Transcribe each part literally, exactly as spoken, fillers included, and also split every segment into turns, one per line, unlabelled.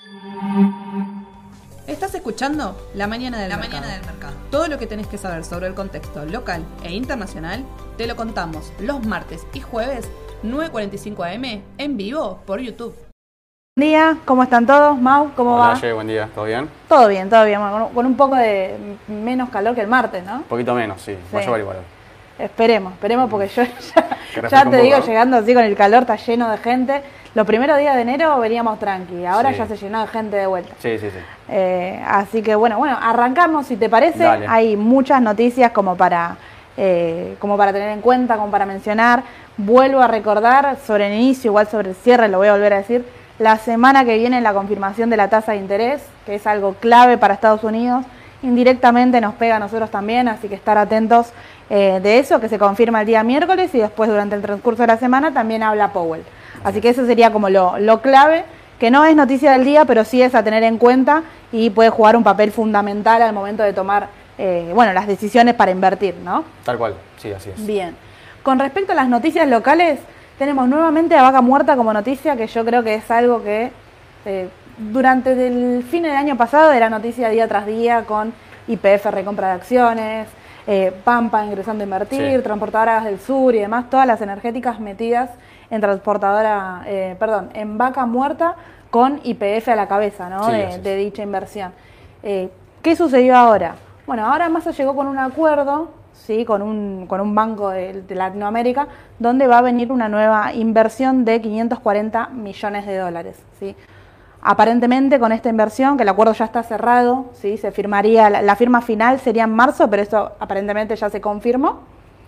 Estás escuchando La Mañana del, la Mercado. Mañana del Mercado. Todo lo que tenés que saber sobre el contexto local e internacional te lo contamos los martes y jueves nueve cuarenta y cinco a eme en vivo por YouTube.
Buen día, ¿cómo están todos? Mau, ¿cómo
Hola,
va?
Che, buen día, ¿todo bien?
Todo bien, todo bien, con, con un poco de menos calor que el martes, ¿no?
Un poquito menos, sí,
Sí.
va a llover igual.
Esperemos, esperemos porque yo ya,
Que
ya te
un
digo,
poco, ¿no?
llegando así con el calor, está lleno de gente. Los primeros días de enero veníamos tranqui, ahora
Sí.
ya se llenó de gente de vuelta.
Sí, sí, sí.
Eh, así que bueno, bueno, arrancamos si te parece.
Dale.
Hay muchas noticias como para, eh, como para tener en cuenta, como para mencionar. Vuelvo a recordar sobre el inicio, igual sobre el cierre, lo voy a volver a decir. La semana que viene la confirmación de la tasa de interés, que es algo clave para Estados Unidos. Indirectamente nos pega a nosotros también, así que estar atentos eh, de eso, que se confirma el día miércoles y después durante el transcurso de la semana también habla Powell. Así que eso sería como lo, lo clave, que no es noticia del día, pero sí es a tener en cuenta y puede jugar un papel fundamental al momento de tomar eh, bueno, las decisiones para invertir, ¿no?
Tal cual, sí, así es.
Bien. Con respecto a las noticias locales, tenemos nuevamente a Vaca Muerta como noticia, que yo creo que es algo que eh, durante el fin del año pasado era noticia día tras día con Y P F recompra de acciones, eh, Pampa ingresando a invertir,
Sí.
transportadoras del sur y demás, todas las energéticas metidas en transportadora, eh, perdón, en Vaca Muerta con Y P F a la cabeza, ¿no?
Sí,
de,
así es.
de dicha inversión. Eh, ¿Qué sucedió ahora? Bueno, ahora Massa llegó con un acuerdo, ¿sí? con, un, con un banco de, de Latinoamérica, donde va a venir una nueva inversión de quinientos cuarenta millones de dólares, ¿sí? Aparentemente con esta inversión, que el acuerdo ya está cerrado, ¿sí? Se firmaría, la, la firma final sería en marzo, pero esto aparentemente ya se confirmó.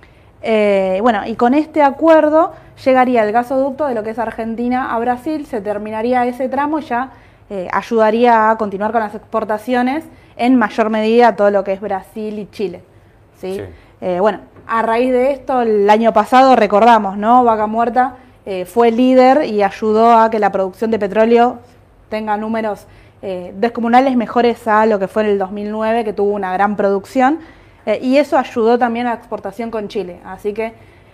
Eh, bueno, y con este acuerdo llegaría el gasoducto de lo que es Argentina a Brasil, se terminaría ese tramo y ya eh, ayudaría a continuar con las exportaciones en mayor medida a todo lo que es Brasil y Chile, ¿sí?
Sí.
Eh, bueno, a raíz de esto, el año pasado, recordamos, ¿no? Vaca Muerta eh, fue líder y ayudó a que la producción de petróleo tenga números eh, descomunales mejores a lo que fue en el dos mil nueve, que tuvo una gran producción, eh, y eso ayudó también a la exportación con Chile. Así que,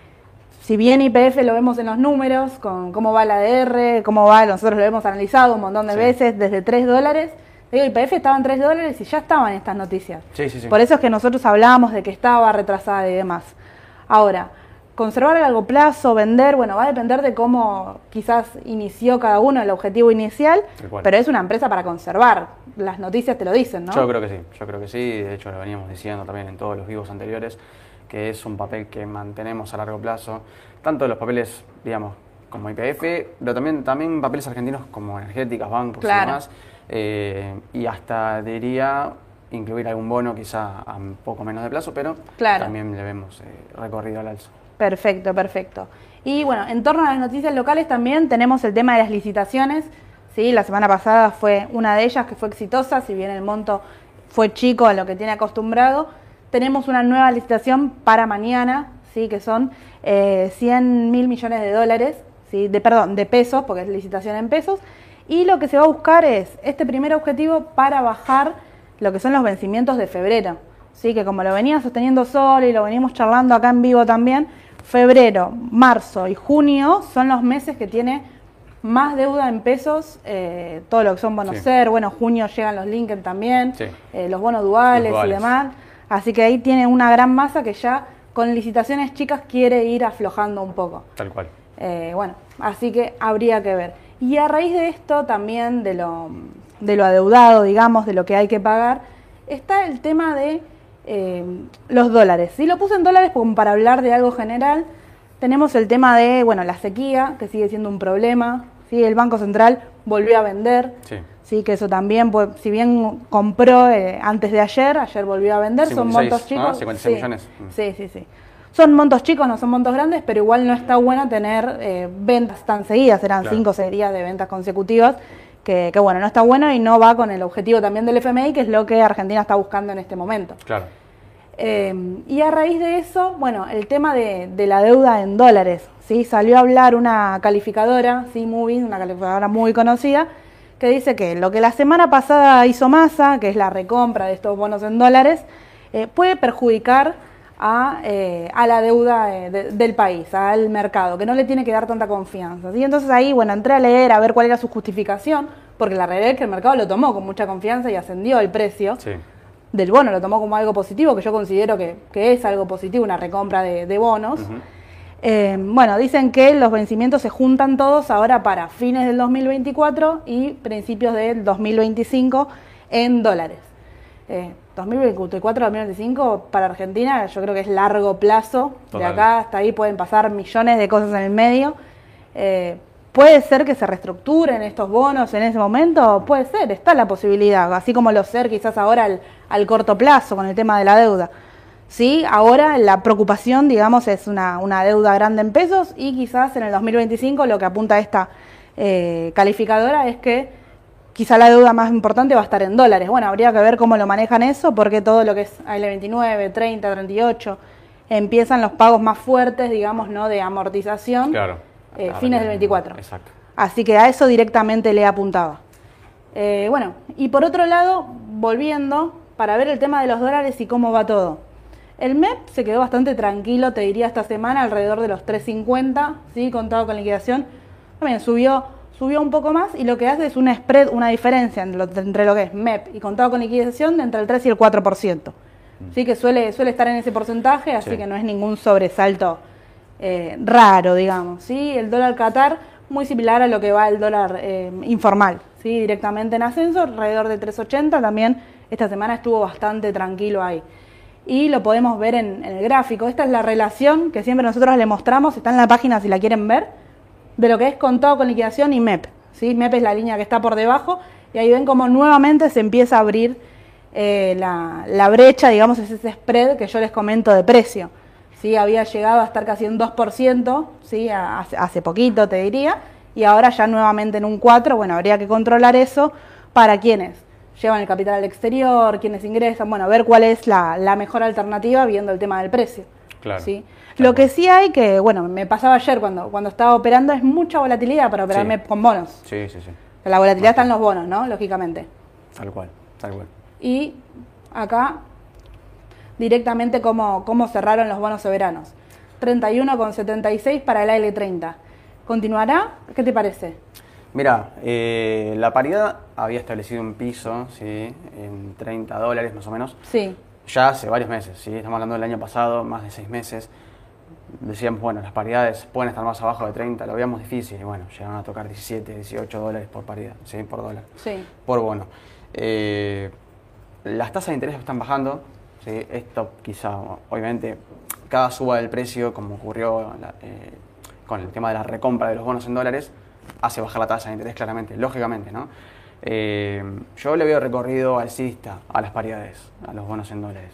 si bien Y P F lo vemos en los números, con cómo va la A D R, cómo va, nosotros lo hemos analizado un montón de
Sí.
veces, desde tres dólares, digo, Y P F estaba en tres dólares y ya estaban estas noticias.
Sí, sí, sí.
Por eso es que nosotros hablábamos de que estaba retrasada y demás. Ahora, conservar a largo plazo, vender, bueno, va a depender de cómo quizás inició cada uno el objetivo inicial,
Tal cual.
pero es una empresa para conservar. Las noticias te lo dicen, ¿no?
Yo creo que sí, yo creo que sí, de hecho lo veníamos diciendo también en todos los vivos anteriores, que es un papel que mantenemos a largo plazo, tanto los papeles, digamos, como Y P F, pero también, también papeles argentinos como energéticas, bancos
Claro.
y demás, eh, y hasta diría incluir algún bono quizá a un poco menos de plazo, pero
Claro.
también le vemos eh, recorrido al alza.
Perfecto, perfecto. Y bueno, en torno a las noticias locales también tenemos el tema de las licitaciones, ¿sí? La semana pasada fue una de ellas que fue exitosa, si bien el monto fue chico a lo que tiene acostumbrado. Tenemos una nueva licitación para mañana, ¿sí? Que son eh, cien mil millones de dólares, ¿sí? de, perdón, de pesos, porque es licitación en pesos. Y lo que se va a buscar es este primer objetivo para bajar lo que son los vencimientos de febrero, ¿sí? Que como lo venía sosteniendo Sol y lo venimos charlando acá en vivo también, febrero, marzo y junio son los meses que tiene más deuda en pesos, eh, todo lo que son bonos
Sí.
SER, bueno, junio llegan los Lincoln también,
Sí.
eh, los bonos duales,
Los duales.
y demás, así que ahí tiene una gran masa que ya con licitaciones chicas quiere ir aflojando un poco.
Tal cual.
Eh, bueno, así que habría que ver. Y a raíz de esto también, de lo, de lo adeudado, digamos, de lo que hay que pagar, está el tema de eh, los dólares. Sí, lo puse en dólares como para hablar de algo general. Tenemos el tema de, bueno, la sequía, que sigue siendo un problema. ¿Sí? El Banco Central volvió a vender.
Sí.
Sí, que eso también, pues, si bien compró eh, antes de ayer, ayer volvió a vender, son
cincuenta y seis,
montos chicos.
¿no? cincuenta y seis
sí,
millones. Mm.
sí, sí, sí. Son montos chicos, no son montos grandes, pero igual no está bueno tener eh, ventas tan seguidas, eran
Claro.
cinco o seis días de ventas consecutivas, que, que bueno, no está bueno y no va con el objetivo también del F M I, que es lo que Argentina está buscando en este momento.
Claro.
Eh, y a raíz de eso, bueno, el tema de, de la deuda en dólares, ¿sí? Salió a hablar una calificadora, ¿sí? Moody's, una calificadora muy conocida, que dice que lo que la semana pasada hizo Massa, que es la recompra de estos bonos en dólares, eh, puede perjudicar a, eh, a la deuda eh, de, del país, al mercado, que no le tiene que dar tanta confianza, ¿sí? Entonces ahí, bueno, entré a leer a ver cuál era su justificación, porque la realidad es que el mercado lo tomó con mucha confianza y ascendió el precio
Sí.
del bono, lo tomó como algo positivo, que yo considero que, que es algo positivo, una recompra de, de bonos.
Ujú.
Eh, bueno, dicen que los vencimientos se juntan todos ahora para fines del dos mil veinticuatro y principios del dos mil veinticinco en dólares. Eh, dos mil veinticuatro a dos mil veinticinco para Argentina yo creo que es largo plazo.
Total.
De acá hasta ahí pueden pasar millones de cosas en el medio. Eh, ¿Puede ser que se reestructuren estos bonos en ese momento? Puede ser, está la posibilidad, así como lo ser quizás ahora al, al corto plazo con el tema de la deuda. Sí, ahora la preocupación, digamos, es una, una deuda grande en pesos y quizás en el dos mil veinticinco lo que apunta esta eh, calificadora es que quizá la deuda más importante va a estar en dólares. Bueno, habría que ver cómo lo manejan eso, porque todo lo que es A L veintinueve, treinta, treinta y ocho, empiezan los pagos más fuertes, digamos, ¿no?, de amortización,
Claro.
eh,
Claro,
fines del
que-
veinticuatro.
Exacto.
Así que a eso directamente le apuntaba. Eh, bueno, y por otro lado, volviendo, para ver el tema de los dólares y cómo va todo. El M E P se quedó bastante tranquilo, te diría, esta semana, alrededor de los tres cincuenta, ¿sí?, contado con liquidación. También subió, subió un poco más y lo que hace es un spread, una diferencia entre lo, entre lo que es M E P y contado con liquidación de entre el tres y el cuatro por ciento. Sí, que suele, suele estar en ese porcentaje, así
Sí.
que no es ningún sobresalto eh, raro, digamos. ¿Sí? El dólar Qatar, muy similar a lo que va el dólar eh, informal, ¿sí?, directamente en ascenso, alrededor de tres ochenta. También esta semana estuvo bastante tranquilo ahí. Y lo podemos ver en, en el gráfico. Esta es la relación que siempre nosotros le mostramos, está en la página si la quieren ver, de lo que es contado con liquidación y M E P. ¿Sí? M E P es la línea que está por debajo y ahí ven cómo nuevamente se empieza a abrir eh, la, la brecha, digamos, es ese spread que yo les comento de precio. ¿Sí? Había llegado a estar casi en dos por ciento, ¿sí?, hace, hace poquito te diría, y ahora ya nuevamente en un cuatro por ciento. Bueno, habría que controlar eso para quienes llevan el capital al exterior, quienes ingresan, bueno, ver cuál es la, la mejor alternativa viendo el tema del precio.
Claro.
¿Sí?
Claro.
Lo que sí hay, que bueno, me pasaba ayer cuando, cuando estaba operando, es mucha volatilidad para operar
Sí.
M E P con bonos.
Sí, sí, sí.
La volatilidad está en los bonos, ¿no? Lógicamente.
Tal cual, tal cual.
Y acá directamente cómo, cómo cerraron los bonos soberanos. treinta y uno con setenta y seis para el A L treinta. ¿Continuará? ¿Qué te parece?
Mira, eh, la paridad había establecido un piso, ¿sí?, en treinta dólares más o menos,
Sí,
ya hace varios meses, ¿sí? Estamos hablando del año pasado, más de seis meses. Decíamos, bueno, las paridades pueden estar más abajo de treinta, lo veíamos difícil, y bueno, llegaron a tocar diecisiete, dieciocho dólares por paridad, ¿sí?, por dólar,
sí,
por bono. Eh, las tasas de interés están bajando, ¿sí? Esto quizá, obviamente, cada suba del precio, como ocurrió la- eh, con el tema de la recompra de los bonos en dólares, hace bajar la tasa de interés claramente, lógicamente, ¿no? Eh, yo le veo recorrido alcista a las paridades, a los bonos en dólares.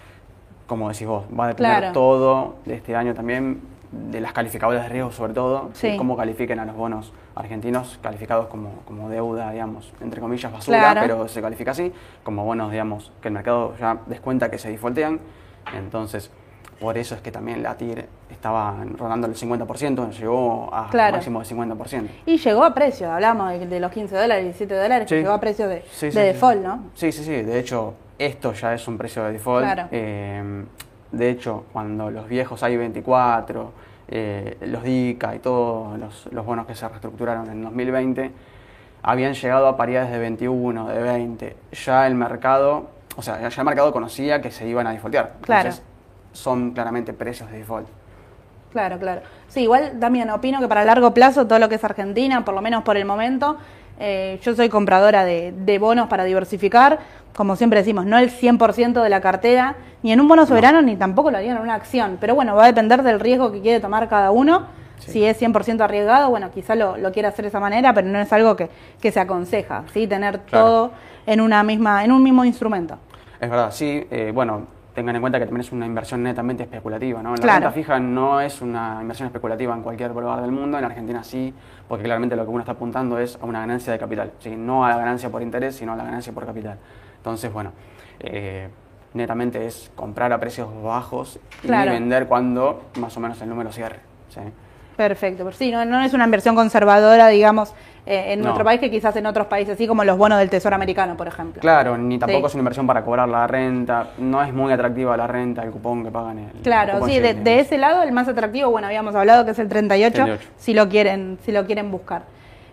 Como decís vos, va a depender
Claro.
todo de este año también, de las calificadoras de riesgo sobre todo,
Sí.
y cómo califiquen a los bonos argentinos calificados como, como deuda, digamos, entre comillas, basura,
Claro.
pero se califica así, como bonos, digamos, que el mercado ya descuenta que se defaultean. Entonces, por eso es que también la T I R estaba rondando el cincuenta por ciento, llegó a
Claro.
máximo de cincuenta por ciento.
y llegó a precio, hablamos de, de los quince dólares, diecisiete dólares, que
Sí.
llegó a precio de,
Sí,
de
sí, sí.
default, ¿no?
Sí, sí, sí. De hecho, esto ya es un precio de default.
Claro.
Eh, de hecho, cuando los viejos I veinticuatro, eh, los D I C A y todos los, los bonos que se reestructuraron en dos mil veinte, habían llegado a paridades de veintiuno, de veinte. Ya el mercado, o sea, ya el mercado conocía que se iban a defaultear.
Claro.
Entonces, son claramente precios de default.
Claro, claro. Sí, igual también opino que para largo plazo todo lo que es Argentina, por lo menos por el momento, eh, yo soy compradora de, de bonos para diversificar, como siempre decimos, no el cien por ciento de la cartera, ni en un bono soberano, ni tampoco lo harían en una acción, pero bueno, va a depender del riesgo que quiere tomar cada uno.
Sí.
Si es cien por ciento arriesgado, bueno, quizá lo, lo quiera hacer de esa manera, pero no es algo que, que se aconseja, ¿sí? Tener
Claro.
todo en una misma, en un mismo instrumento.
Es verdad, sí. Eh, bueno, tengan en cuenta que también es una inversión netamente especulativa, ¿no? La
Claro.
renta fija no es una inversión especulativa en cualquier lugar del mundo, en Argentina sí, porque claramente lo que uno está apuntando es a una ganancia de capital, ¿sí? No a la ganancia por interés, sino a la ganancia por capital. Entonces, bueno, eh, netamente es comprar a precios bajos y
Claro.
vender cuando más o menos el número cierre, ¿sí?
Perfecto, pero sí, no, no es una inversión conservadora, digamos, eh, en
No.
nuestro país que quizás en otros países, así como los bonos del Tesoro americano, por ejemplo.
Claro, ni tampoco
Sí.
es una inversión para cobrar la renta, no es muy atractiva la renta, el cupón que pagan. El, el
Claro,
cupón
sí, de,
Shelly,
de
digamos.
ese lado el más atractivo, bueno, habíamos hablado que es el treinta y ocho,
treinta y ocho.
si lo quieren, si lo quieren buscar.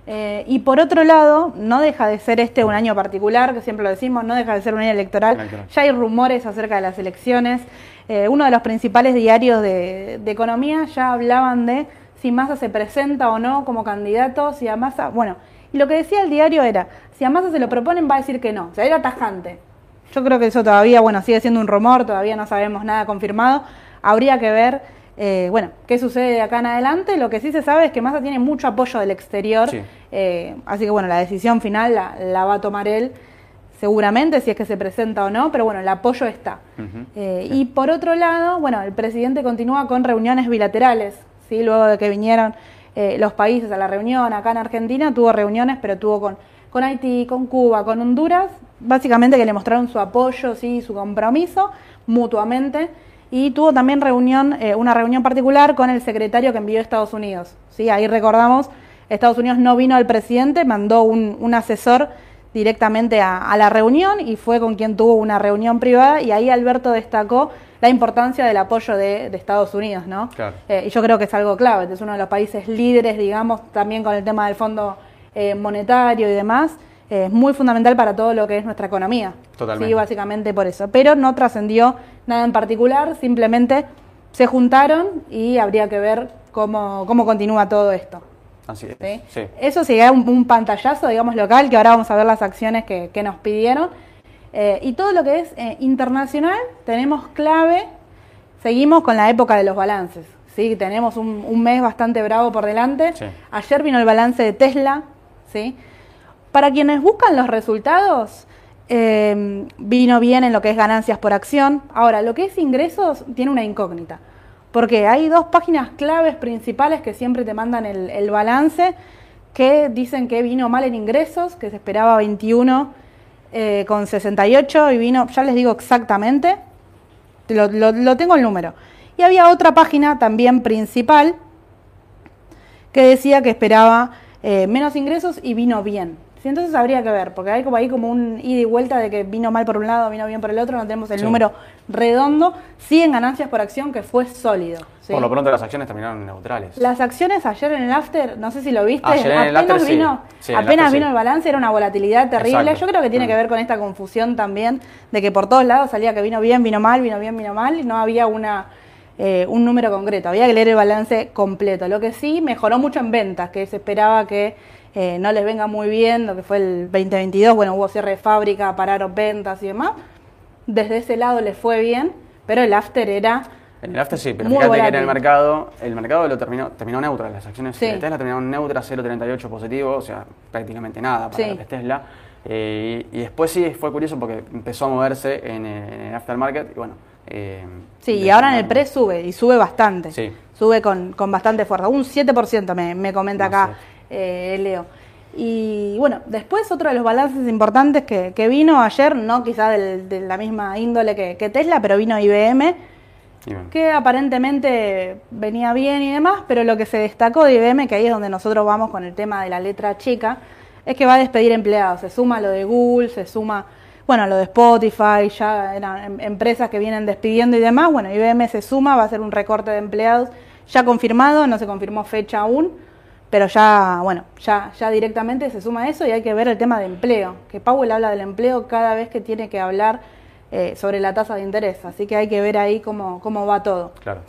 Eh, y por otro lado, no deja de ser este un año particular, que siempre lo decimos, no deja de ser un año electoral. electoral. Ya hay rumores acerca de las elecciones. Eh, uno de los principales diarios de, de economía ya hablaban de si Massa se presenta o no como candidato, si a Massa... Bueno, y lo que decía el diario era, si a Massa se lo proponen va a decir que no, o sea, era tajante. Yo creo que eso todavía, bueno, sigue siendo un rumor, todavía no sabemos nada confirmado. Habría que ver, eh, bueno, qué sucede de acá en adelante. Lo que sí se sabe es que Massa tiene mucho apoyo del exterior, sí. eh, así que bueno, la decisión final la, la va a tomar él seguramente, si es que se presenta o no, pero bueno, el apoyo está. Uh-huh. eh, sí. Y por otro lado, bueno, el presidente continúa con reuniones bilaterales, ¿sí? Luego de que vinieron eh, los países a la reunión, acá en Argentina tuvo reuniones, pero tuvo con, con Haití, con Cuba, con Honduras, básicamente que le mostraron su apoyo, sí, su compromiso mutuamente, y tuvo también reunión, eh, una reunión particular con el secretario que envió a Estados Unidos, ¿sí? Ahí recordamos, Estados Unidos no vino al presidente, mandó un, un asesor directamente a, a la reunión y fue con quien tuvo una reunión privada, y ahí Alberto destacó la importancia del apoyo de, de Estados Unidos, ¿no? Claro. Eh, y yo creo que es algo clave, es uno de los países líderes, digamos, también con el tema del Fondo eh, Monetario y demás. Es muy fundamental para todo lo que es nuestra economía. Totalmente. Sí, básicamente por eso. Pero no trascendió nada en particular, simplemente se juntaron y habría que ver cómo, cómo continúa todo esto.
Así es.
¿Sí?
Sí.
Eso sería un, un pantallazo, digamos, local, que ahora vamos a ver las acciones que, que nos pidieron. Eh, y todo lo que es eh, internacional, tenemos clave, seguimos con la época de los balances. ¿Sí? Tenemos un, un mes bastante bravo por delante. Sí. Ayer vino el balance de Tesla, ¿sí? Para quienes buscan los resultados, eh, vino bien en lo que es ganancias por acción. Ahora, lo que es ingresos tiene una incógnita, porque hay dos páginas claves principales que siempre te mandan el, el balance, que dicen que vino mal en ingresos, que se esperaba veintiuno eh, con sesenta y ocho y vino, ya les digo exactamente, lo, lo, lo tengo el número. Y había otra página también principal que decía que esperaba eh, menos ingresos y vino bien. Sí, entonces habría que ver, porque hay como ahí como un ida y vuelta de que vino mal por un lado, vino bien por el otro, no tenemos el sí. número redondo, sí en ganancias por acción, que fue sólido. ¿Sí?
Por lo pronto las acciones terminaron neutrales.
Las acciones ayer en el after, no sé si lo viste,
ayer en el
apenas
after,
vino,
sí. Sí,
apenas
after,
vino
sí.
el balance, era una volatilidad terrible. Exacto. Yo creo que tiene mm. que ver con esta confusión también, de que por todos lados salía que vino bien, vino mal, vino bien, vino mal, y no había una... Eh, un número concreto, había que leer el balance completo. Lo que sí mejoró mucho en ventas, que se esperaba que eh, no les venga muy bien, lo que fue el veinte veintidós, bueno, hubo cierre de fábrica, pararon ventas y demás. Desde ese lado les fue bien, pero el after era
En el after sí, pero fíjate volátil. Que en el mercado, el mercado lo terminó, terminó neutral, las acciones sí. de Tesla terminaron neutras, cero coma treinta y ocho positivo, o sea, prácticamente nada para sí. lo que es Tesla. Eh, y, y después sí fue curioso porque empezó a moverse en, en el aftermarket y bueno. Eh,
sí, y ahora en el pre sube, y sube bastante.
Sí.
Sube con, con bastante fuerza. Un siete por ciento me, me comenta no acá eh, Leo. Y bueno, después otro de los balances importantes que, que vino ayer, no quizá del, de la misma índole que, que Tesla, pero vino I B M, bien. Que aparentemente venía bien y demás, pero lo que se destacó de I B M, que ahí es donde nosotros vamos con el tema de la letra chica, es que va a despedir empleados. Se suma lo de Google, se suma... Bueno, lo de Spotify, ya eran empresas que vienen despidiendo y demás. Bueno, I B M se suma, va a hacer un recorte de empleados ya confirmado, no se confirmó fecha aún, pero ya, bueno, ya, ya directamente se suma a eso y hay que ver el tema de empleo, que Powell habla del empleo cada vez que tiene que hablar eh, sobre la tasa de interés, así que hay que ver ahí cómo, cómo va todo.
Claro.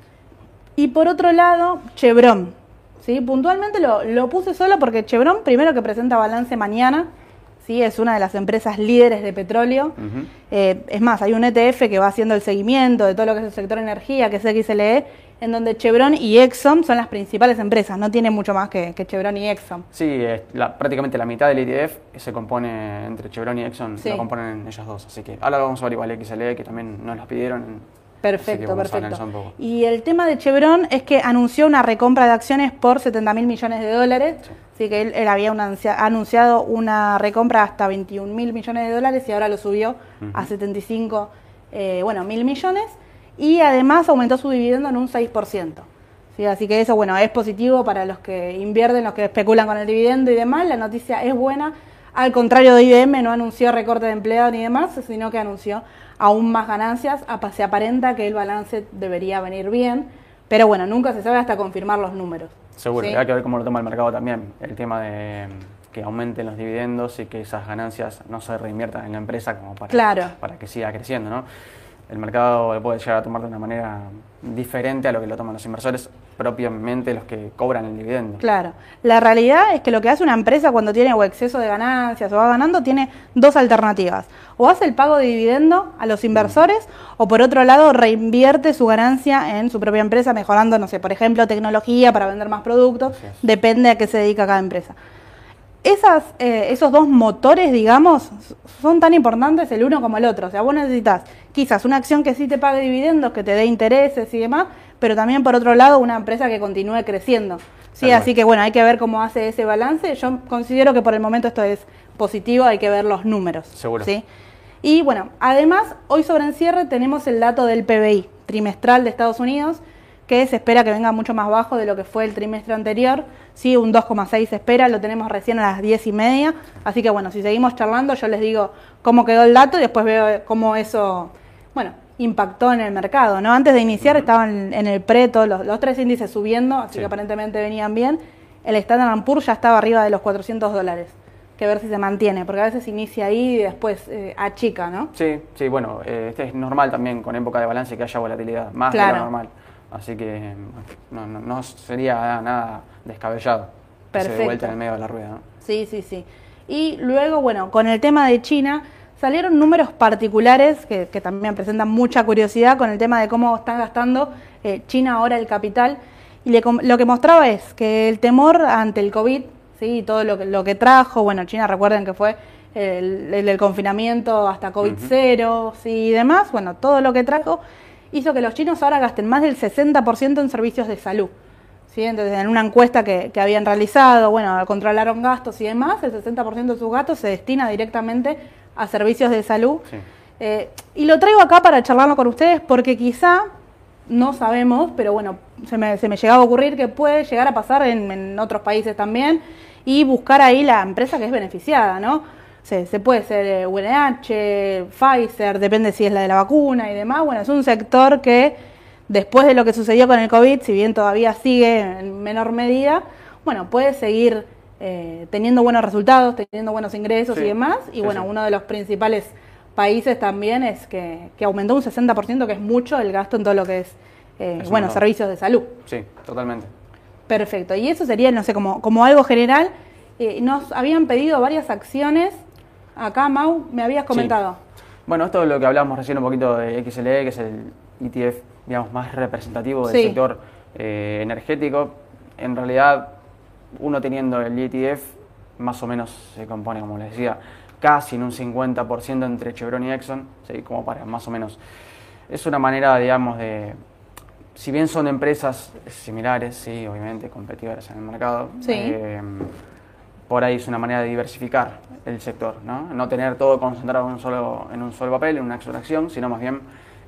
Y por otro lado, Chevron, ¿sí? Puntualmente lo, lo puse solo porque Chevron, primero que presenta balance mañana, ¿sí? Es una de las empresas líderes de petróleo. Uh-huh. Eh, es más, hay un E T F que va haciendo el seguimiento de todo lo que es el sector energía, que es X L E, en donde Chevron y Exxon son las principales empresas, no tiene mucho más que, que Chevron y Exxon.
Sí, es la, prácticamente la mitad del E T F se compone entre Chevron y Exxon, sí. lo componen ellas dos, así que ahora vamos a ver igual X L E, que también nos las pidieron.
Perfecto, perfecto. Y el tema de Chevron es que anunció una recompra de acciones por setenta mil millones de dólares, sí. Así que él, él había una, anunciado una recompra hasta veintiún mil millones de dólares y ahora lo subió uh-huh. a setenta y cinco eh, bueno, mil millones. Y además aumentó su dividendo en un seis por ciento. ¿Sí? Así que eso, bueno, es positivo para los que invierten, los que especulan con el dividendo y demás. La noticia es buena. Al contrario de I B M, no anunció recorte de empleados ni demás, sino que anunció aún más ganancias. Se aparenta que el balance debería venir bien, pero bueno, nunca se sabe hasta confirmar los números.
Seguro,
¿sí?
hay que ver cómo lo toma el mercado también, el tema de que aumenten los dividendos y que esas ganancias no se reinviertan en la empresa como para,
claro.
para que siga creciendo, ¿no? El mercado lo puede llegar a tomar de una manera diferente a lo que lo toman los inversores, propiamente los que cobran el dividendo.
Claro. La realidad es que lo que hace una empresa cuando tiene o exceso de ganancias o va ganando tiene dos alternativas. O hace el pago de dividendo a los inversores mm. o por otro lado reinvierte su ganancia en su propia empresa mejorando, no sé, por ejemplo, tecnología para vender más productos. Depende a qué se dedica cada empresa. Esas, eh, esos dos motores, digamos, son tan importantes el uno como el otro. O sea, vos necesitas quizás una acción que sí te pague dividendos, que te dé intereses y demás, pero también, por otro lado, una empresa que continúe creciendo. Sí, claro. Así que, bueno, hay que ver cómo hace ese balance. Yo considero que por el momento esto es positivo, hay que ver los números.
Seguro.
¿Sí? Y, bueno, además, hoy sobre el cierre tenemos el dato del P B I trimestral de Estados Unidos, que se espera que venga mucho más bajo de lo que fue el trimestre anterior. Sí, un dos coma seis se espera, lo tenemos recién a las diez y media. Así que bueno, si seguimos charlando, yo les digo cómo quedó el dato y después veo cómo eso, bueno, impactó en el mercado, ¿no? Antes de iniciar uh-huh. estaban en el pre todos los, los tres índices subiendo, así sí. que aparentemente venían bien. El Standard and Poor's ya estaba arriba de los cuatrocientos dólares. Que ver si se mantiene, porque a veces inicia ahí y después eh, achica, ¿no?
Sí, sí, bueno, eh, este es normal también con época de balance que haya volatilidad, más
claro.
de lo normal. Así que no, no, no sería nada, nada descabellado que se dé vuelta en el medio de la rueda, ¿no?
Sí, sí, sí. Y luego, bueno, con el tema de China, salieron números particulares que, que también presentan mucha curiosidad con el tema de cómo están gastando eh, China ahora el capital. Y le, lo que mostraba es que el temor ante el COVID, ¿sí? Todo lo que, lo que trajo, bueno, China recuerden que fue el, el, el confinamiento hasta COVID cero, uh-huh. ¿sí? Y demás, bueno, todo lo que trajo hizo que los chinos ahora gasten más del sesenta por ciento en servicios de salud. ¿Sí? Entonces, en una encuesta que, que habían realizado, bueno, controlaron gastos y demás, el sesenta por ciento de sus gastos se destina directamente a servicios de salud. Sí. Eh, y lo traigo acá para charlarlo con ustedes porque quizá, no sabemos, pero bueno, se me, se me llegaba a ocurrir que puede llegar a pasar en, en otros países también y buscar ahí la empresa que es beneficiada, ¿no? Se, se puede ser U N H, Pfizer, depende si es la de la vacuna y demás. Bueno, es un sector que después de lo que sucedió con el COVID, si bien todavía sigue en menor medida, bueno, puede seguir eh, teniendo buenos resultados, teniendo buenos ingresos sí, y demás. Y sí, bueno, sí. uno de los principales países también es que, que aumentó un sesenta por ciento, que es mucho el gasto en todo lo que es, eh, es bueno, servicios de salud.
Sí, totalmente.
Perfecto. Y eso sería, no sé, como, como algo general. Eh, nos habían pedido varias acciones. Acá, Mau, me habías comentado.
Sí. Bueno, esto es lo que hablábamos recién un poquito de X L E, que es el E T F, digamos, más representativo del sí. sector eh, energético. En realidad, uno teniendo el E T F, más o menos se compone, como les decía, casi en un cincuenta por ciento entre Chevron y Exxon, ¿sí? Como para más o menos. Es una manera, digamos, de... Si bien son empresas similares, sí, obviamente, competidoras en el mercado,
sí.
eh, por ahí es una manera de diversificar el sector, ¿no? No tener todo concentrado en un solo, en un solo papel, en una sola acción, sino más bien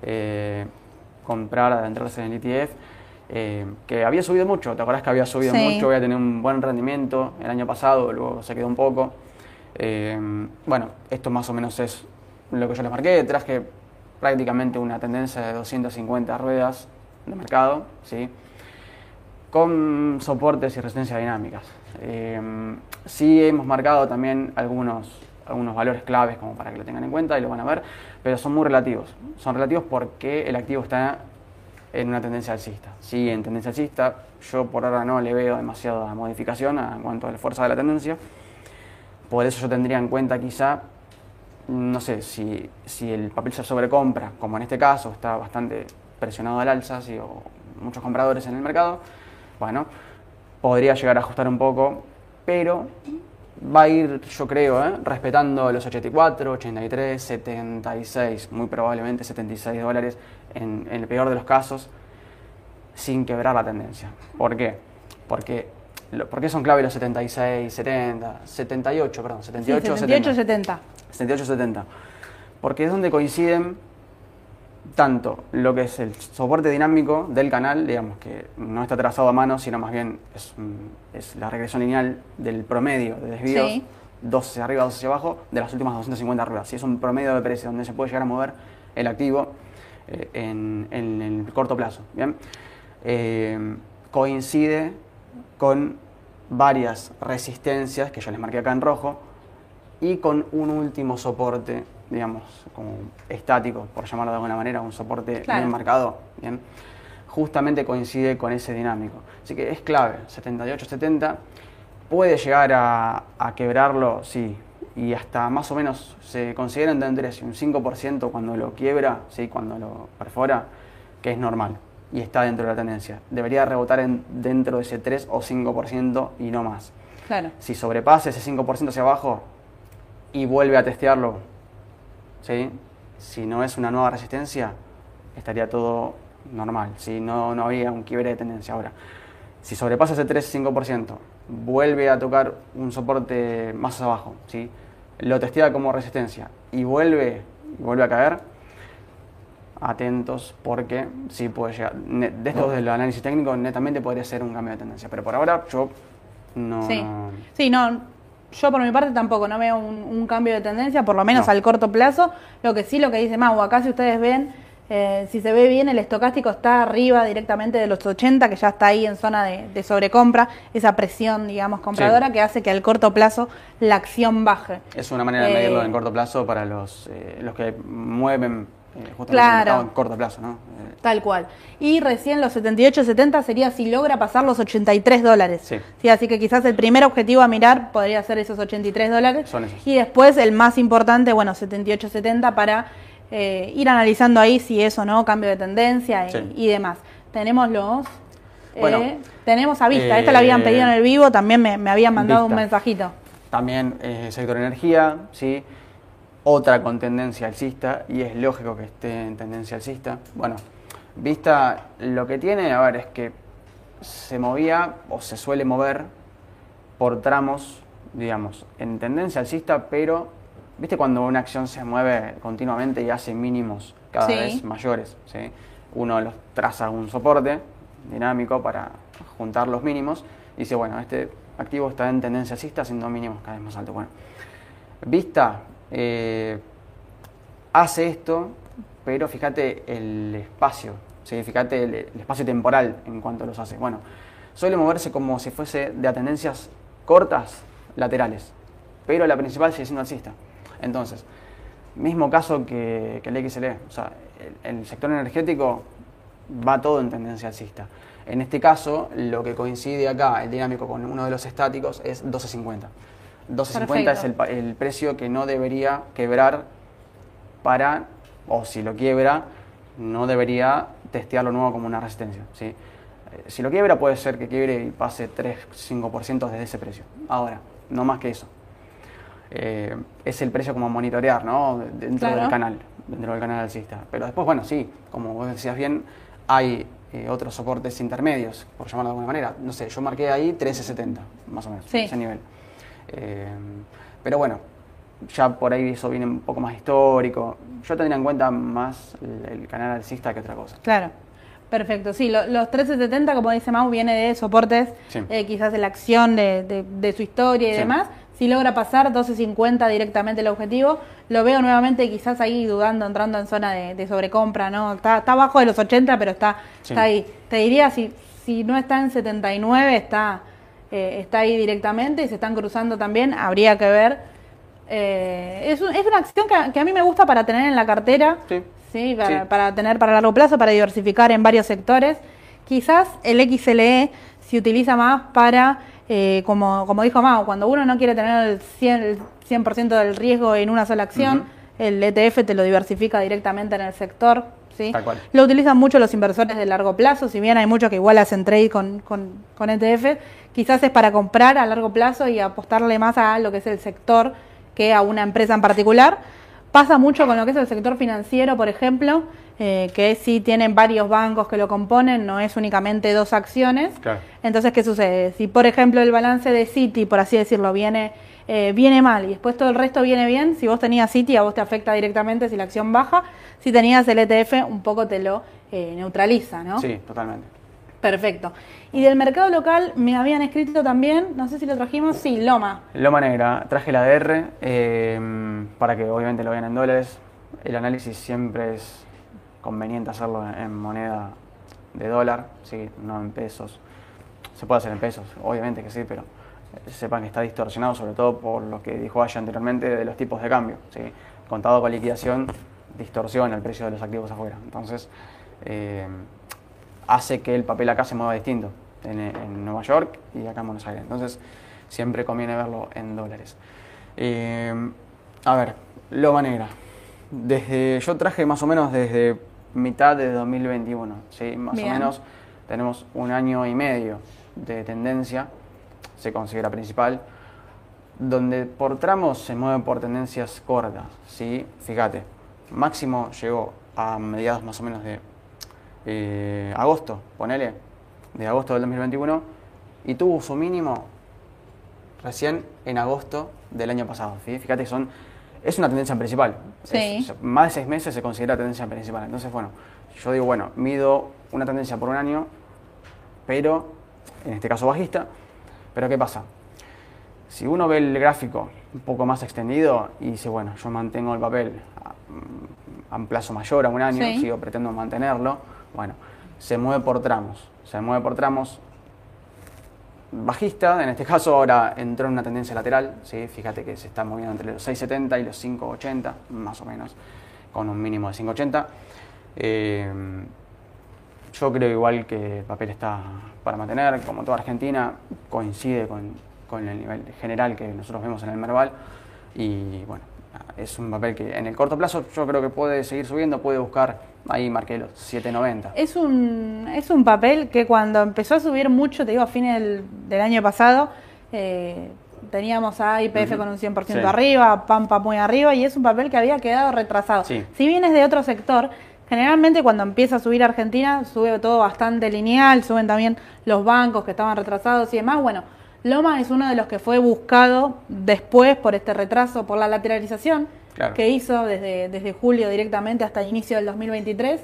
eh, comprar, adentrarse en el E T F, eh, que había subido mucho. ¿Te acuerdas que había subido sí. mucho? Había tenido un buen rendimiento el año pasado, luego se quedó un poco. Eh, bueno, esto más o menos es lo que yo les marqué. Traje prácticamente una tendencia de doscientas cincuenta ruedas de mercado, ¿sí? Con soportes y resistencias dinámicas. Eh, sí hemos marcado también algunos, algunos valores claves como para que lo tengan en cuenta y lo van a ver, pero son muy relativos. Son relativos porque el activo está en una tendencia alcista. Sí, en tendencia alcista, yo por ahora no le veo demasiada modificación en cuanto a la fuerza de la tendencia. Por eso yo tendría en cuenta quizá, no sé, si, si el papel se sobrecompra, como en este caso está bastante presionado al alza, ¿sí? O muchos compradores en el mercado, bueno, podría llegar a ajustar un poco, pero va a ir, yo creo, ¿eh? respetando los ochenta y cuatro, ochenta y tres, setenta y seis, muy probablemente setenta y seis dólares en, en el peor de los casos, sin quebrar la tendencia. ¿Por qué? Porque, ¿por qué son clave los setenta y seis, setenta, setenta y ocho, perdón, setenta y ocho,
sí, setenta y ocho, setenta?
setenta y ocho, setenta. Porque es donde coinciden tanto lo que es el soporte dinámico del canal, digamos que no está trazado a mano, sino más bien es, es la regresión lineal del promedio de desvíos, sí. dos hacia arriba, dos hacia abajo, de las últimas doscientas cincuenta ruedas. Si es un promedio de precio donde se puede llegar a mover el activo eh, en, en el corto plazo. ¿Bien? eh, coincide con varias resistencias que yo les marqué acá en rojo y con un último soporte, digamos, como estático, por llamarlo de alguna manera, un soporte
Claro.
bien marcado, ¿bien? Justamente coincide con ese dinámico. Así que es clave, setenta y ocho setenta, puede llegar a, a quebrarlo, sí, y hasta más o menos se considera entender si un cinco por ciento cuando lo quiebra, sí, cuando lo perfora, que es normal y está dentro de la tendencia. Debería rebotar en, dentro de ese tres o cinco por ciento y no más.
Claro.
Si sobrepasa ese cinco por ciento hacia abajo y vuelve a testearlo, ¿sí? Si no es una nueva resistencia, estaría todo normal, si no, no había un quiebre de tendencia. Ahora, si sobrepasa ese tres o cinco por ciento, vuelve a tocar un soporte más abajo, ¿sí? Lo testea como resistencia y vuelve, y vuelve a caer, atentos porque sí puede llegar. De esto del análisis técnico netamente podría ser un cambio de tendencia, pero por ahora yo no...
Sí,
no
sí, no, yo por mi parte tampoco, no veo un, un cambio de tendencia, por lo menos
No.
al corto plazo. Lo que sí, lo que dice Mau, acá si ustedes ven, eh, si se ve bien, el estocástico está arriba directamente de los ochenta, que ya está ahí en zona de, de sobrecompra, esa presión, digamos, compradora,
Sí.
que hace que al corto plazo la acción baje.
Es una manera de
Eh,
medirlo en corto plazo para los, eh, los que mueven eh, justamente
Claro.
el mercado en corto plazo, ¿no? Eh,
Tal cual. Y recién los setenta y ocho setenta sería si logra pasar los ochenta y tres dólares.
Sí.
Sí, así que quizás el primer objetivo a mirar podría ser esos ochenta y tres dólares.
Son esos.
Y después el más importante, bueno, setenta y ocho setenta para eh, ir analizando ahí si es o no cambio de tendencia y,
Sí.
y demás. Tenemos los...
Bueno,
eh, tenemos a Vista.
eh,
Esta la habían pedido en el vivo, también me, me habían mandado un
Vista.
mensajito.
También eh, sector energía, ¿sí? Otra con tendencia alcista, y es lógico que esté en tendencia alcista. Bueno, Vista lo que tiene, a ver, es que se movía o se suele mover por tramos, digamos, en tendencia alcista, pero ¿viste cuando una acción se mueve continuamente y hace mínimos cada
Sí.
vez mayores? ¿Sí? Uno los traza un soporte dinámico para juntar los mínimos y dice, bueno, este activo está en tendencia alcista haciendo mínimos cada vez más altos. Bueno, Vista eh, hace esto, pero fíjate el espacio, ¿sí? Fíjate el, el espacio temporal en cuanto los hace. Bueno, suele moverse como si fuese de a tendencias cortas, laterales, pero la principal sigue siendo alcista. Entonces, mismo caso que, que el X L E, o sea, el, el sector energético va todo en tendencia alcista. En este caso, lo que coincide acá, el dinámico con uno de los estáticos, es doce cincuenta. doce cincuenta es el,
Perfecto.
el precio que no debería quebrar para, o si lo quiebra, no debería testearlo nuevo como una resistencia, ¿sí? Eh, Si lo quiebra, puede ser que quiebre y pase tres a cinco por ciento desde ese precio. Ahora, no más que eso. Eh, es el precio como a monitorear, ¿no? Dentro
Claro.
del canal, dentro del canal alcista. Pero después, bueno, sí, como vos decías bien, hay eh, otros soportes intermedios, por llamarlo de alguna manera. No sé, yo marqué ahí trece setenta, más o menos,
Sí.
ese nivel. Eh, pero bueno, ya por ahí eso viene un poco más histórico. Yo tendría en cuenta más el, el canal alcista que otra cosa.
Claro, perfecto. Sí, lo- los trece setenta, como dice Mau, viene de soportes,
Sí.
eh, quizás de la acción de, de- de su historia y
Sí.
demás. Si logra pasar doce cincuenta directamente el objetivo, lo veo nuevamente quizás ahí dudando, entrando en zona de, de sobrecompra, ¿no? Está, está abajo de los ochenta, pero está,
Sí.
está ahí. Te diría, si, si no está en setenta y nueve, está, eh, está ahí directamente y se están cruzando también, habría que ver. Eh, es, un- es una acción que, que a mí me gusta para tener en la cartera.
Sí.
Sí, para,
Sí.
para tener para largo plazo, para diversificar en varios sectores. Quizás el X L E se utiliza más para, eh, como, como dijo Mau, cuando uno no quiere tener el cien, el cien por ciento del riesgo en una sola acción,
Ujú.
el E T F te lo diversifica directamente en el sector. ¿Sí?
Tal cual.
Lo utilizan mucho los inversores de largo plazo, si bien hay muchos que igual hacen trade con, con, con E T F, quizás es para comprar a largo plazo y apostarle más a lo que es el sector que a una empresa en particular. Pasa mucho con lo que es el sector financiero, por ejemplo, eh, que sí tienen varios bancos que lo componen, no es únicamente dos acciones.
Claro.
Entonces, ¿qué sucede? Si, por ejemplo, el balance de Citi, por así decirlo, viene, eh, viene mal y después todo el resto viene bien, si vos tenías Citi, a vos te afecta directamente si la acción baja. Si tenías el E T F, un poco te lo eh, neutraliza, ¿no?
Sí, totalmente.
Perfecto. Y del mercado local me habían escrito también, no sé si lo trajimos, sí, Loma.
Loma Negra, traje la D R eh, para que obviamente lo vean en dólares. El análisis siempre es conveniente hacerlo en moneda de dólar, ¿sí? No en pesos. Se puede hacer en pesos, obviamente que sí, pero sepan que está distorsionado, sobre todo por lo que dijo Aya anteriormente de los tipos de cambio, ¿sí? Contado con liquidación distorsiona el precio de los activos afuera. Entonces, eh, hace que el papel acá se mueva distinto en, en Nueva York y acá en Buenos Aires. Entonces, siempre conviene verlo en dólares. Eh, a ver, Loma Negra. Desde, yo traje más o menos desde mitad de dos mil veintiuno, ¿sí? Más Bien. o menos tenemos un año y medio de tendencia, se considera principal, donde por tramos se mueve por tendencias cortas, ¿sí? Fíjate, máximo llegó a mediados más o menos de eh, agosto, ponele, de agosto del dos mil veintiuno, y tuvo su mínimo recién en agosto del año pasado, ¿sí? Fíjate que son, es una tendencia principal,
sí.
es, más de seis meses se considera tendencia principal, entonces bueno, yo digo, bueno, mido una tendencia por un año, pero en este caso bajista, pero ¿qué pasa? Si uno ve el gráfico un poco más extendido y dice, bueno, yo mantengo el papel a, a un plazo mayor, a un año,
sí.
sigo pretendo mantenerlo, bueno, se mueve por tramos, se mueve por tramos bajista, en este caso ahora entró en una tendencia lateral, ¿sí? Fíjate que se está moviendo entre los seis setenta y los cinco ochenta, más o menos, con un mínimo de cinco ochenta. Eh, yo creo igual que el papel está para mantener, como toda Argentina, coincide con, con el nivel general que nosotros vemos en el Merval, y bueno, es un papel que en el corto plazo yo creo que puede seguir subiendo, puede buscar, ahí marqué los siete noventa.
Es un, es un papel que cuando empezó a subir mucho, te digo, a fines del, del año pasado, eh, teníamos a Y P F uh-huh. con un cien por ciento sí. arriba, Pampa muy arriba, y es un papel que había quedado retrasado.
Sí.
Si bien es de otro sector, generalmente cuando empieza a subir Argentina, sube todo bastante lineal, suben también los bancos que estaban retrasados y demás. Bueno, Loma es uno de los que fue buscado después por este retraso, por la lateralización claro. que hizo desde, desde julio directamente hasta el inicio del dos mil veintitrés.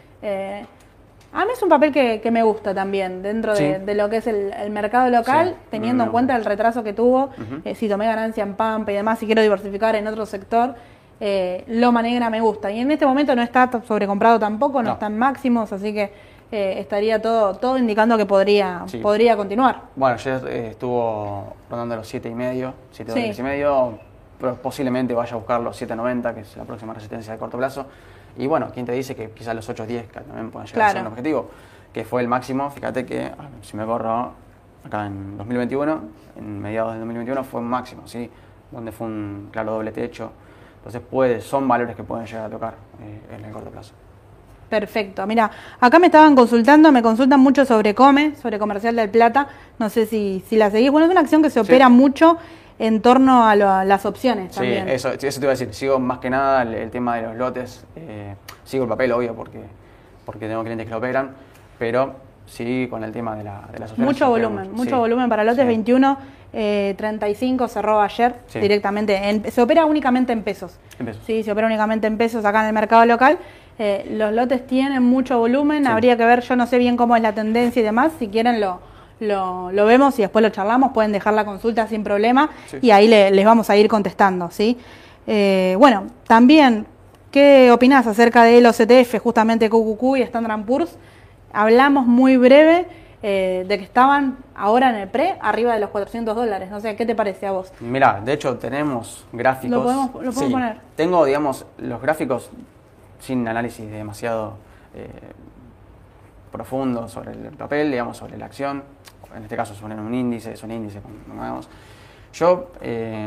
Eh, a mí es un papel que, que me gusta también, dentro de, sí. de lo que es el, el mercado local, sí. teniendo no. en cuenta el retraso que tuvo, uh-huh. eh, si tomé ganancia en Pampa y demás, si quiero diversificar en otro sector, eh, Loma Negra me gusta. Y en este momento no está sobrecomprado tampoco, no, no. están máximos, así que Eh, estaría todo todo indicando que podría sí. podría continuar.
Bueno, ayer eh, estuvo rondando los siete y medio, siete dólares y medio, pero posiblemente vaya a buscar los siete noventa, que es la próxima resistencia de corto plazo. Y bueno, ¿quién te dice que quizás los ocho diez que también pueden llegar claro. a ser un objetivo? Que fue el máximo, fíjate que, si me corro, acá en dos mil veintiuno, en mediados de dos mil veintiuno fue un máximo, ¿sí? Donde fue un claro doble techo. Entonces puede, son valores que pueden llegar a tocar eh, en el corto plazo.
Perfecto. Mira, acá me estaban consultando, me consultan mucho sobre Come, sobre Comercial del Plata. No sé si, si la seguís. Bueno, es una acción que se opera sí. mucho en torno a, lo, a las opciones
sí,
también.
Eso, eso te iba a decir. Sigo más que nada el, el tema de los lotes. Eh, sigo el papel, obvio, porque, porque tengo clientes que lo operan, pero sí con el tema de, la, de las opciones.
Mucho volumen, mucho, mucho sí. volumen para lotes. Sí. veintiuno, eh, treinta y cinco cerró ayer sí. directamente. En, se opera únicamente en pesos.
En pesos.
Sí, se opera únicamente en pesos acá en el mercado local. Eh, los lotes tienen mucho volumen, sí. habría que ver, yo no sé bien cómo es la tendencia y demás, si quieren lo, lo, lo vemos y después lo charlamos, pueden dejar la consulta sin problema sí. y ahí le, les vamos a ir contestando, ¿sí? Eh, bueno, también, ¿qué opinás acerca de los E T F, justamente Q Q Q y Standard and Poor's? Hablamos muy breve eh, de que estaban ahora en el pre, arriba de los cuatrocientos dólares, no sé, ¿qué te parece a vos?
Mirá, de hecho tenemos gráficos.
¿Lo podemos, lo podemos
sí.
poner?
Tengo, digamos, los gráficos sin análisis demasiado eh, profundo sobre el papel, digamos, sobre la acción, en este caso sobre un índice, es un índice, como vemos. Yo, eh,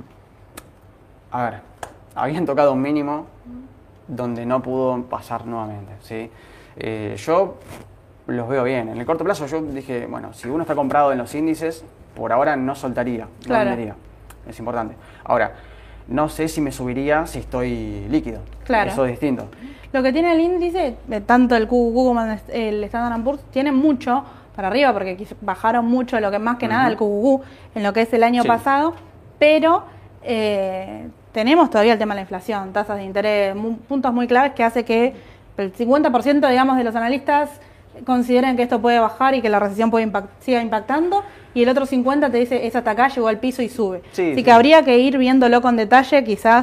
a ver, habían tocado un mínimo donde no pudo pasar nuevamente, ¿sí? Eh, yo los veo bien. En el corto plazo yo dije, bueno, si uno está comprado en los índices, por ahora no soltaría,
claro.
no vendería. Es importante. Ahora, no sé si me subiría si estoy líquido.
Claro.
Eso es distinto.
Lo que tiene el índice, tanto el Q Q Q como el Standard and Poor's, tienen mucho para arriba, porque bajaron mucho, lo que más que uh-huh. nada el Q Q Q en lo que es el año sí. pasado, pero eh, tenemos todavía el tema de la inflación, tasas de interés, muy, puntos muy claves que hace que el cincuenta por ciento, digamos, de los analistas consideren que esto puede bajar y que la recesión puede impact, siga impactando, y el otro cincuenta te dice es hasta acá, llegó al piso y sube. Sí, Así sí. que habría que ir viéndolo con detalle, quizás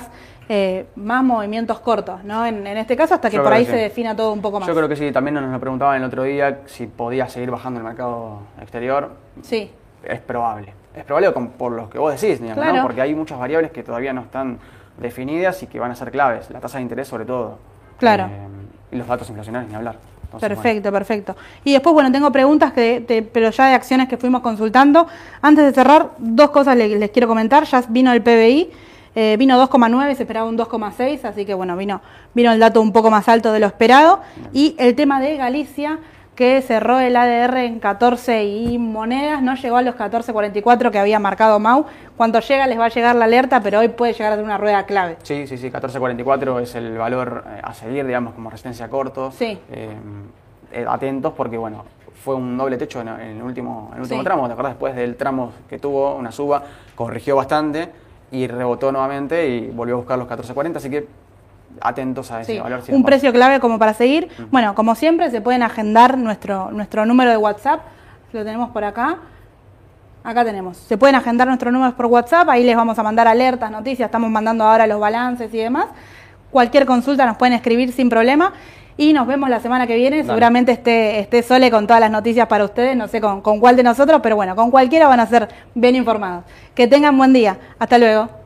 eh, más movimientos cortos, ¿no? En, en este caso, hasta que
Yo
por
creo
ahí
que
se
sí.
defina todo un poco más.
Yo creo que sí, también nos lo preguntaban el otro día si podía seguir bajando el mercado exterior.
Sí.
Es probable. Es probable con, por lo que vos decís, digamos,
Claro.
¿no? Porque hay muchas variables que todavía no están definidas y que van a ser claves. La tasa de interés sobre todo.
Claro.
Eh, y los datos inflacionarios, ni hablar. Entonces,
Perfecto,
bueno.
perfecto. Y después, bueno, tengo preguntas, que te- pero ya de acciones que fuimos consultando. Antes de cerrar, dos cosas le- les, quiero comentar. Ya vino el P B I, eh, vino dos coma nueve, se esperaba un dos coma seis, así que bueno, vino, vino el dato un poco más alto de lo esperado. Y el tema de Galicia, que cerró el A D R en catorce y monedas, no llegó a los catorce cuarenta y cuatro que había marcado Mau. Cuando llega les va a llegar la alerta, pero hoy puede llegar a ser una rueda clave.
Sí, sí, sí, catorce cuarenta y cuatro es el valor eh, a seguir, digamos, como resistencia corto.
Sí.
Eh, eh, atentos porque, bueno, fue un doble techo en, en el último, en el último
Sí.
tramo. ¿Te acuerdas? Después del tramo que tuvo una suba, corrigió bastante y rebotó nuevamente y volvió a buscar los catorce cuarenta, así que atentos a ese
Sí,
valor. si
un
nos pasa.
precio clave como para seguir. Bueno, como siempre, se pueden agendar nuestro, nuestro número de WhatsApp. Lo tenemos por acá. Acá tenemos. Se pueden agendar nuestros números por WhatsApp. Ahí les vamos a mandar alertas, noticias. Estamos mandando ahora los balances y demás. Cualquier consulta nos pueden escribir sin problema. Y nos vemos la semana que viene.
Dale.
Seguramente esté, esté Sole con todas las noticias para ustedes. No sé con, con cuál de nosotros, pero bueno, con cualquiera van a ser bien informados. Que tengan buen día. Hasta luego.